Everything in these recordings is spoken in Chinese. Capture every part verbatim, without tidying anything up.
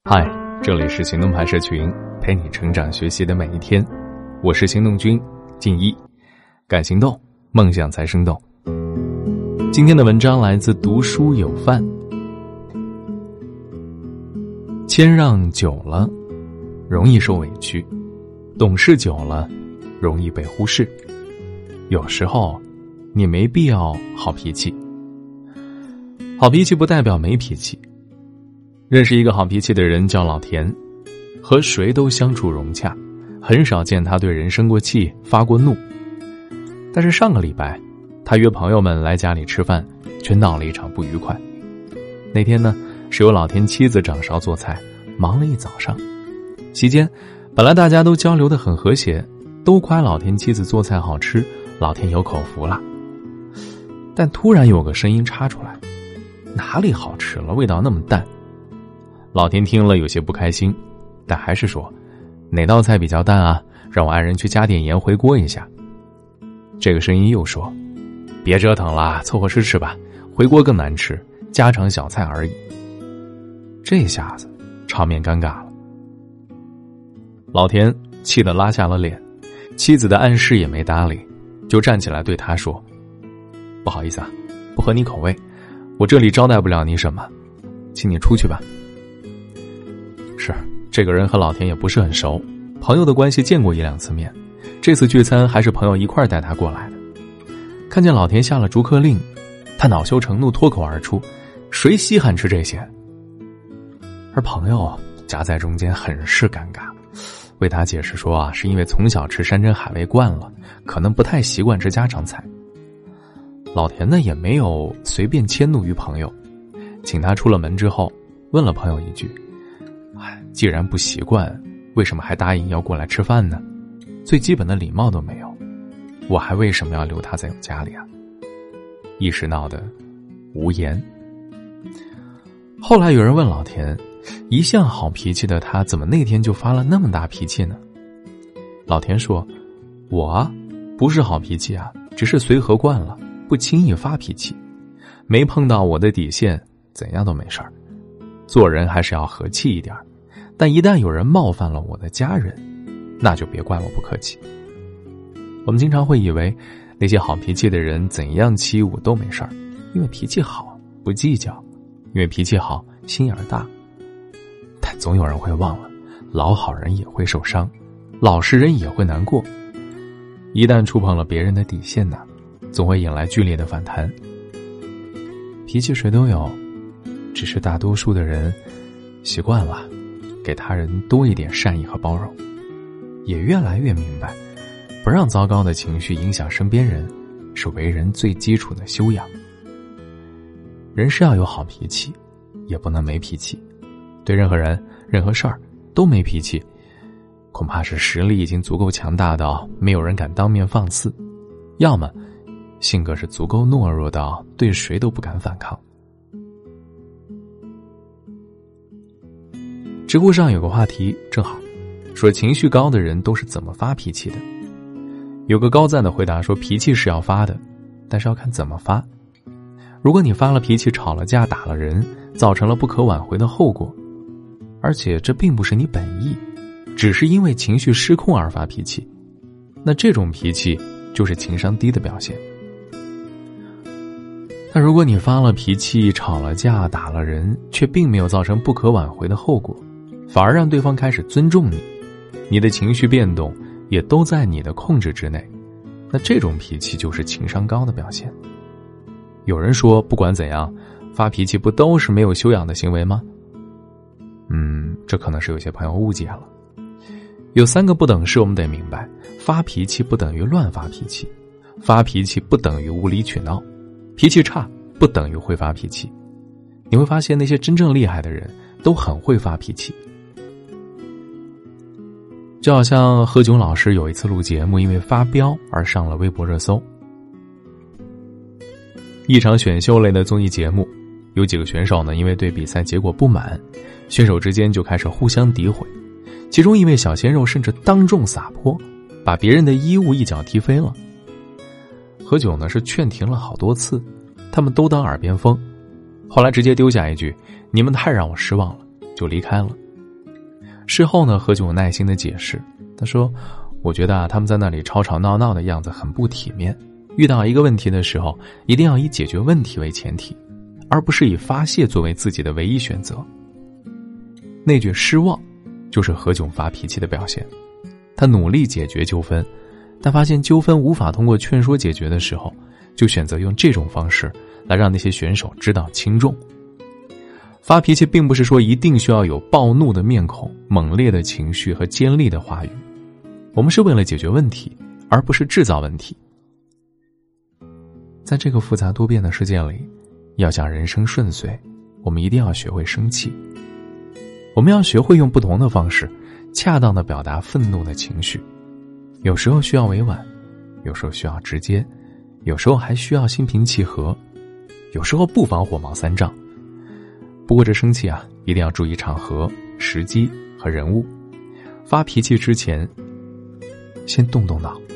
嗨，这里是行动派社群，陪你成长学习的每一天。我是行动君静一，敢行动，梦想才生动。今天的文章来自读书有范。谦让久了容易受委屈，懂事久了容易被忽视。有时候你没必要好脾气，好脾气不代表没脾气。认识一个好脾气的人叫老田，和谁都相处融洽，很少见他对人生过气发过怒。但是上个礼拜他约朋友们来家里吃饭，却闹了一场不愉快。那天呢，是由老田妻子掌勺做菜，忙了一早上。期间本来大家都交流得很和谐，都夸老田妻子做菜好吃，老田有口福了。但突然有个声音插出来，哪里好吃了，味道那么淡。老田听了有些不开心，但还是说，哪道菜比较淡啊，让我爱人去加点盐回锅一下。这个声音又说，别折腾了，凑合吃吃吧，回锅更难吃，家常小菜而已。这下子场面尴尬了。老田气得拉下了脸，妻子的暗示也没搭理，就站起来对他说，不好意思啊，不合你口味，我这里招待不了你什么，请你出去吧。是，这个人和老田也不是很熟，朋友的关系见过一两次面，这次聚餐还是朋友一块带他过来的。看见老田下了逐客令，他恼羞成怒，脱口而出，谁稀罕吃这些？而朋友夹在中间很是尴尬，为他解释说啊，是因为从小吃山珍海味惯了，可能不太习惯吃家常菜。老田呢也没有随便迁怒于朋友，请他出了门之后，问了朋友一句，既然不习惯，为什么还答应要过来吃饭呢？最基本的礼貌都没有，我还为什么要留他在我家里啊？一时闹得无言。后来有人问老田，一向好脾气的他怎么那天就发了那么大脾气呢？老田说，我啊不是好脾气啊，只是随和惯了，不轻易发脾气，没碰到我的底线怎样都没事儿。做人还是要和气一点，但一旦有人冒犯了我的家人，那就别怪我不客气。我们经常会以为那些好脾气的人怎样欺侮都没事儿，因为脾气好不计较，因为脾气好心眼大。但总有人会忘了，老好人也会受伤，老实人也会难过。一旦触碰了别人的底线呢，总会引来剧烈的反弹。脾气谁都有，只是大多数的人习惯了给他人多一点善意和包容，也越来越明白，不让糟糕的情绪影响身边人，是为人最基础的修养。人是要有好脾气，也不能没脾气。对任何人任何事儿都没脾气，恐怕是实力已经足够强大到没有人敢当面放肆，要么性格是足够懦弱到对谁都不敢反抗。知乎上有个话题正好说，情绪高的人都是怎么发脾气的。有个高赞的回答说，脾气是要发的，但是要看怎么发。如果你发了脾气，吵了架，打了人，造成了不可挽回的后果，而且这并不是你本意，只是因为情绪失控而发脾气，那这种脾气就是情商低的表现。但如果你发了脾气，吵了架，打了人，却并没有造成不可挽回的后果，反而让对方开始尊重你，你的情绪变动也都在你的控制之内，那这种脾气就是情商高的表现。有人说，不管怎样，发脾气不都是没有修养的行为吗？嗯，这可能是有些朋友误解了。有三个不等式我们得明白，发脾气不等于乱发脾气，发脾气不等于无理取闹，脾气差不等于会发脾气。你会发现那些真正厉害的人都很会发脾气。就好像何炅老师有一次录节目，因为发飙而上了微博热搜。一场选秀类的综艺节目，有几个选手呢，因为对比赛结果不满，选手之间就开始互相诋毁，其中一位小鲜肉甚至当众撒泼，把别人的衣物一脚踢飞了。何炅呢是劝停了好多次，他们都当耳边风，后来直接丢下一句，你们太让我失望了，就离开了。 事后呢，何炅耐心地解释，他说，我觉得啊，他们在那里吵吵闹闹的样子很不体面，遇到一个问题的时候，一定要以解决问题为前提，而不是以发泄作为自己的唯一选择。那句失望就是何炅发脾气的表现。他努力解决纠纷，但发现纠纷无法通过劝说解决的时候，就选择用这种方式来让那些选手知道轻重。发脾气并不是说一定需要有暴怒的面孔、猛烈的情绪和尖利的话语，我们是为了解决问题，而不是制造问题。在这个复杂多变的世界里，要想人生顺遂，我们一定要学会生气。我们要学会用不同的方式恰当地表达愤怒的情绪，有时候需要委婉，有时候需要直接，有时候还需要心平气和，有时候不妨火冒三丈。不过这生气啊，一定要注意场合、时机和人物。发脾气之前，先动动脑。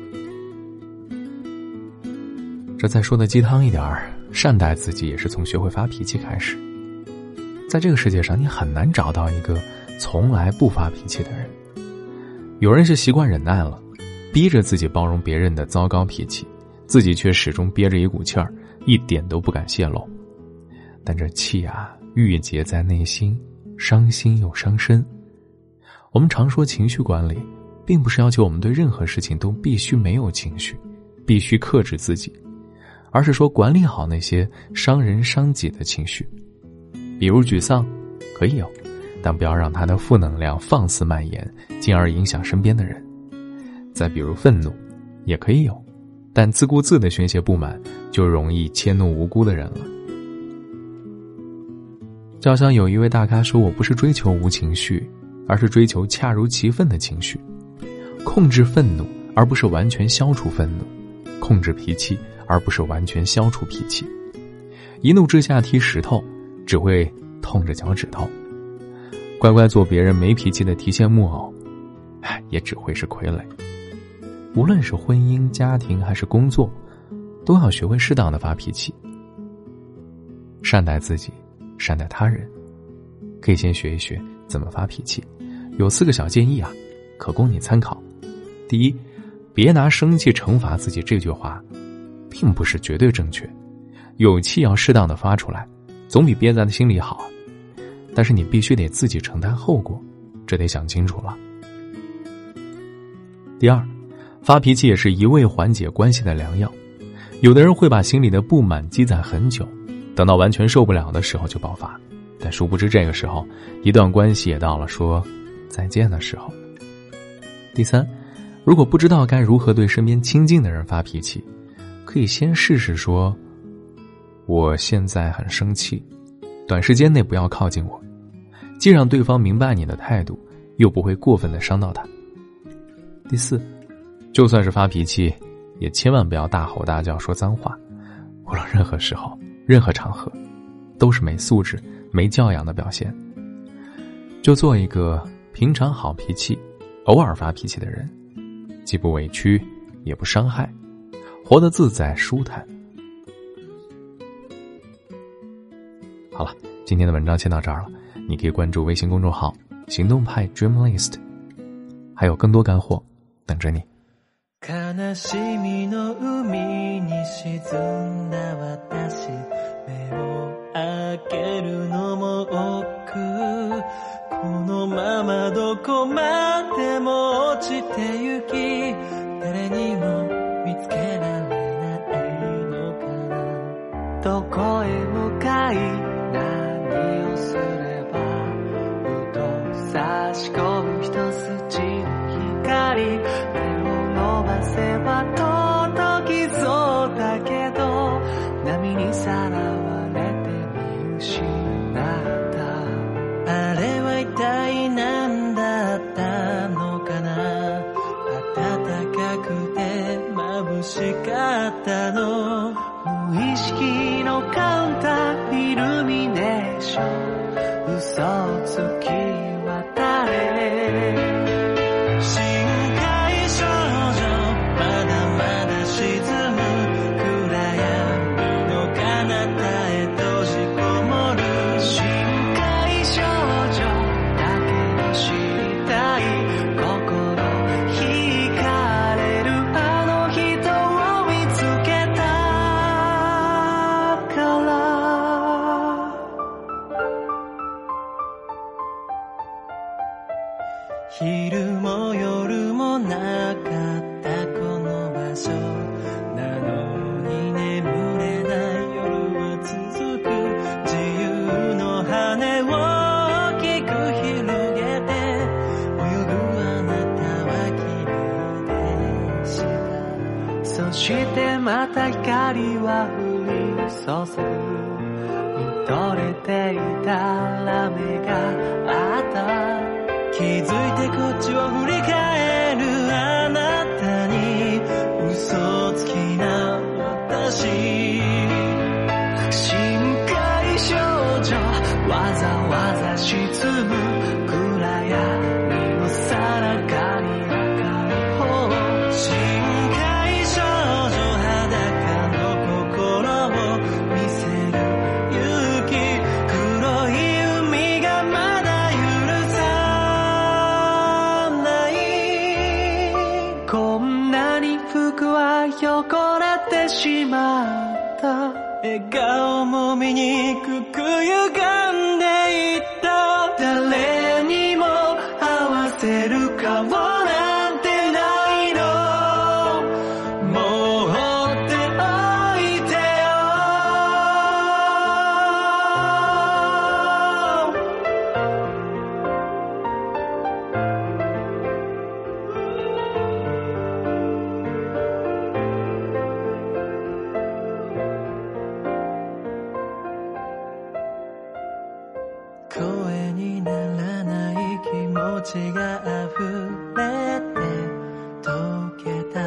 这再说的鸡汤一点儿，善待自己也是从学会发脾气开始。在这个世界上，你很难找到一个从来不发脾气的人。有人是习惯忍耐了，逼着自己包容别人的糟糕脾气，自己却始终憋着一股气儿，一点都不敢泄露。但这气啊，郁结在内心，伤心又伤身。我们常说情绪管理，并不是要求我们对任何事情都必须没有情绪，必须克制自己，而是说管理好那些伤人伤己的情绪。比如沮丧可以有，但不要让它的负能量放肆蔓延，进而影响身边的人。再比如愤怒也可以有，但自顾自地宣泄不满，就容易迁怒无辜的人了。就好像有一位大咖说，我不是追求无情绪，而是追求恰如其分的情绪，控制愤怒而不是完全消除愤怒，控制脾气而不是完全消除脾气。一怒之下踢石头，只会痛着脚趾头，乖乖做别人没脾气的提线木偶，也只会是傀儡。无论是婚姻、家庭还是工作，都要学会适当的发脾气。善待自己，善待他人，可以先学一学怎么发脾气。有四个小建议啊，可供你参考。第一，别拿生气惩罚自己，这句话并不是绝对正确，有气要适当的发出来，总比憋在心里好啊。但是你必须得自己承担后果，这得想清楚了。第二，发脾气也是一味缓解关系的良药。有的人会把心里的不满积攒很久，等到完全受不了的时候就爆发，但殊不知这个时候，一段关系也到了说再见的时候。第三，如果不知道该如何对身边亲近的人发脾气，可以先试试说，我现在很生气，短时间内不要靠近我，既让对方明白你的态度，又不会过分的伤到他。第四，就算是发脾气，也千万不要大吼大叫说脏话，无论任何时候任何场合，都是没素质没教养的表现。就做一个平常好脾气偶尔发脾气的人，既不委屈也不伤害，活得自在舒坦。好了，今天的文章先到这儿了，你可以关注微信公众号行动派 Dreamlist， 还有更多干货等着你。 悲しみの海に沈んだ私、目を開けるのも億劫、このままどこまでも落ちてゆき、誰にも見つけられないのかな。どこへ向かい何をすれば、ふと差し込む一筋の光、伸ばせば届きそうだけど、波にさらわれて見失った。あれは一体何だったのかな。暖かくて眩しかったの、無意識のカウンターイルミネーション、嘘をつき渡れ。深海少女だけの昼も夜もなかったこの場所なのに眠れない夜は続く自由の羽を大きく広げて泳ぐあなたは綺麗でしたそしてまた光は降り注ぐ見とれていたら目があった気づいてこっちを振り返るあなたに嘘つきな私深海少女わざわざ沈む暗闇のさなかに明るい方深海少女裸の心を見せる勇気黒い海がまだ許さこんなに服は汚れてしまった笑顔も醜く歪んでいった誰にも合わせる顔なんてないのもう放っておいてよ声にならない気持ちが溢れて溶けた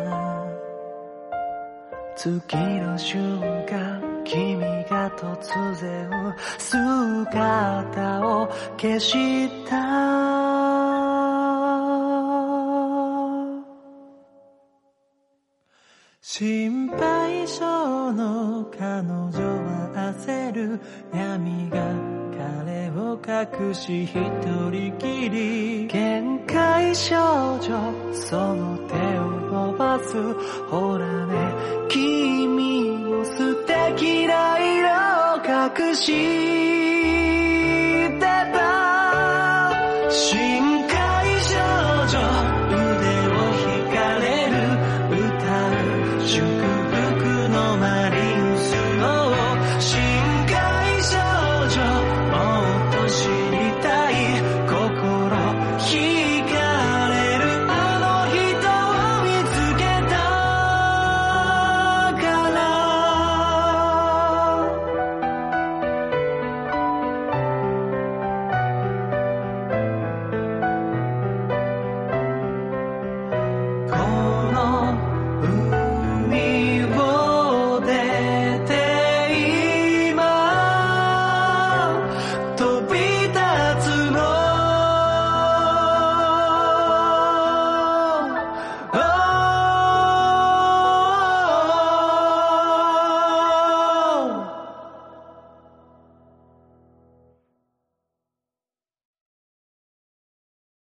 次の瞬間君が突然姿を消した心配性の彼女は焦る闇が彼を隠し一人きり限界少女その手を伸ばすほらね君も素敵な色を隠してた